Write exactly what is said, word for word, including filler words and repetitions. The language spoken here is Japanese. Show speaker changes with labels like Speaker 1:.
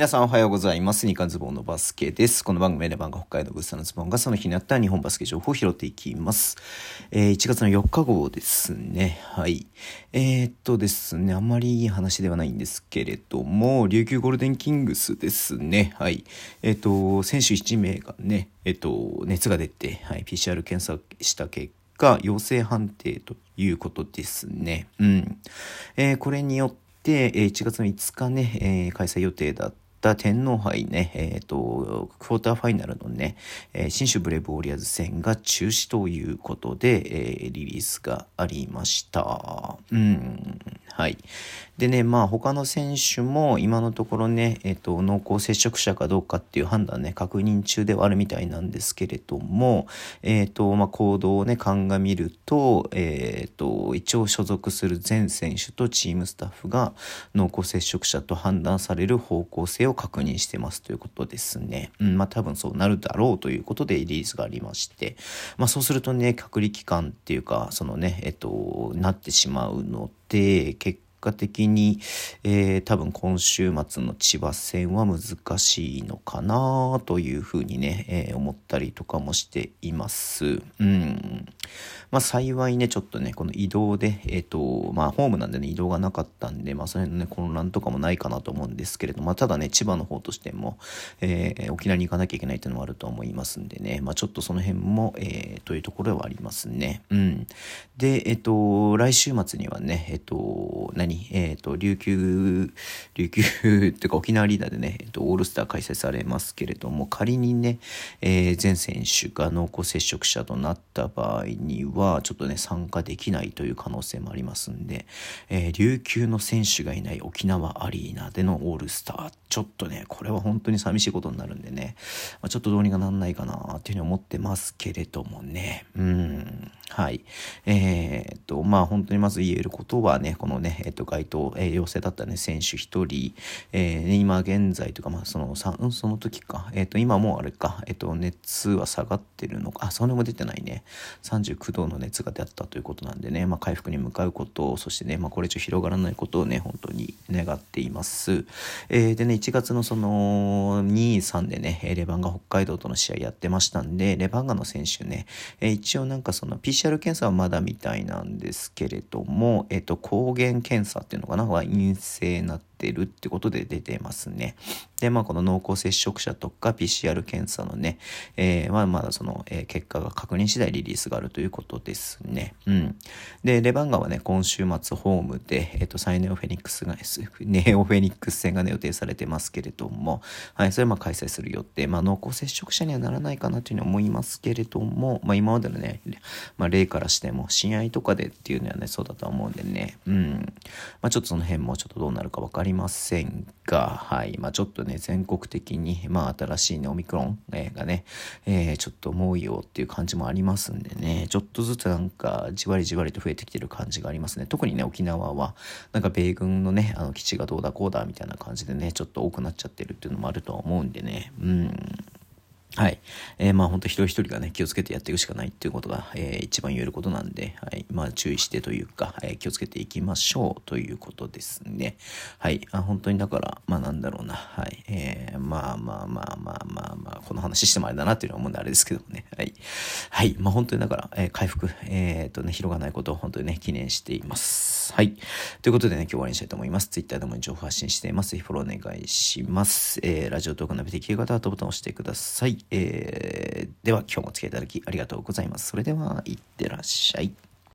Speaker 1: 皆さんおはようございます。日刊ズボンのバスケです。この番組でレバンが北海道物産のズボンがその日にあった日本バスケ情報を拾っていきます。えー、いちがつのよっか号ですね。はい。えー、っとですね、あんまりいい話ではないんですけれども、琉球ゴールデンキングスですね。はい。えー、っと、選手いち名がね、えー、っと、熱が出て、はい、ピーシーアール 検査した結果、陽性判定ということですね。うん。えー、これによって、いちがつのいつかね、えー、開催予定だった天皇杯ね、えっと、クォーターファイナルのね、えー、新州ブレイブウォリアーズ戦が中止ということで、えー、リリースがありました。うん。はい。でね、まあ他の選手も今のところね、えっと、濃厚接触者かどうかっていう判断ね、確認中ではあるみたいなんですけれども、えっと、まあ行動をね、鑑みると、えっと、一応所属する全選手とチームスタッフが濃厚接触者と判断される方向性を確認してますということですね。うん、まあ多分そうなるだろうということでリリースがありまして、まあそうするとね、隔離期間っていうか、そのね、えっと、なってしまうので、結果的に、えー、多分今週末の千葉戦は難しいのかなというふうにね、えー、思ったりとかもしています。うん。まあ幸いね、ちょっとね、この移動で、えっと、まあホームなんでね、移動がなかったんで、まあその辺のね、混乱とかもないかなと思うんですけれども、まあただね、千葉の方としても、えー、沖縄に行かなきゃいけないっていうのもあると思いますんでね、まあちょっとその辺も、えー、というところはありますね。うん。で、えっと、来週末にはね、えっと、何えっと、琉球、琉球っていうか沖縄リーダーでね、えっと、オールスター開催されますけれども、仮にね、えー、全選手が濃厚接触者となった場合には、ちょっとね、参加できないという可能性もありますんで、えー、琉球の選手がいない沖縄アリーナでのオールスター、ちょっとね、これは本当に寂しいことになるんでね、まあ、ちょっとどうにかなんないかなっていうふうに思ってますけれどもね、うん、はい。えー、っと、まあ本当にまず言えることはね、このね、えっと、該当、えー、陽性だったね、選手一人、えー、今現在というか、まあその、さうん、その時か、えー、っと、今もうあれか、えー、っと、熱は下がってるのか、あ、それも出てないね、さんじゅうきゅうどの熱が出たということなんでね、まあ回復に向かうことを、そしてね、まあこれ以上広がらないことをね、本当に願っています。えー、でね、いちがつのその、に、さんでね、レバンガ北海道との試合やってましたんで、レバンガの選手ね、えー、一応なんかその ピーシーアール 検査はまだみたいなんですけれども、えっと、抗原検査っていうのかなは陰性になってるってことで出てますね。で、まあ、この濃厚接触者とか ピーシーアール 検査のね、えー、まあ、まだその、えー、結果が確認次第リリースがあるということですね。うん。で、レバンガはね、今週末ホームで、えっと、サイネオフェニックスが、ネオフェニックス戦がね、予定されてますけれども、はい、それはまあ開催する予定。まあ、濃厚接触者にはならないかなというふうに思いますけれども、まあ、今までのね、まあ、例からしても、試合とかでっていうのはね、そうだと思うんでね、うん。まあ、ちょっとその辺もちょっとどうなるかわかりませんが、はい。まあ、ちょっとね、全国的に、まあ、新しいね、オミクロン、えー、がね、えー、ちょっと猛威をっていう感じもありますんでね、ちょっとずつなんか、じわりじわりと増えてきてる感じがありますね。特にね、沖縄は、なんか米軍のね、あの基地がどうだこうだみたいな感じでね、ちょっと多くなっちゃってるっていうのもあるとは思うんでね、うん。はい。えー、まあ本当一人一人がね、気をつけてやっていくしかないっていうことが、えー、一番言えることなんで、はい。まあ注意してというか、えー、気をつけていきましょうということですね。はい。あ、本当にだから、まあなんだろうな。はい。えー、まあまあまあまあまあまあ、この話してもあれだなっていうのは思うんであれですけどもね。はい。はい。まあ本当にだから、えー、回復、えー、とね、広がないことを本当にね、記念しています。はい。ということでね、今日終わりにしたいと思います。Twitter でも情報発信しています。ぜひフォローお願いします。えー、ラジオトークのべできる方はボタンを押してください。えー、では今日もお付き合いいただきありがとうございます。それでは、いってらっしゃい。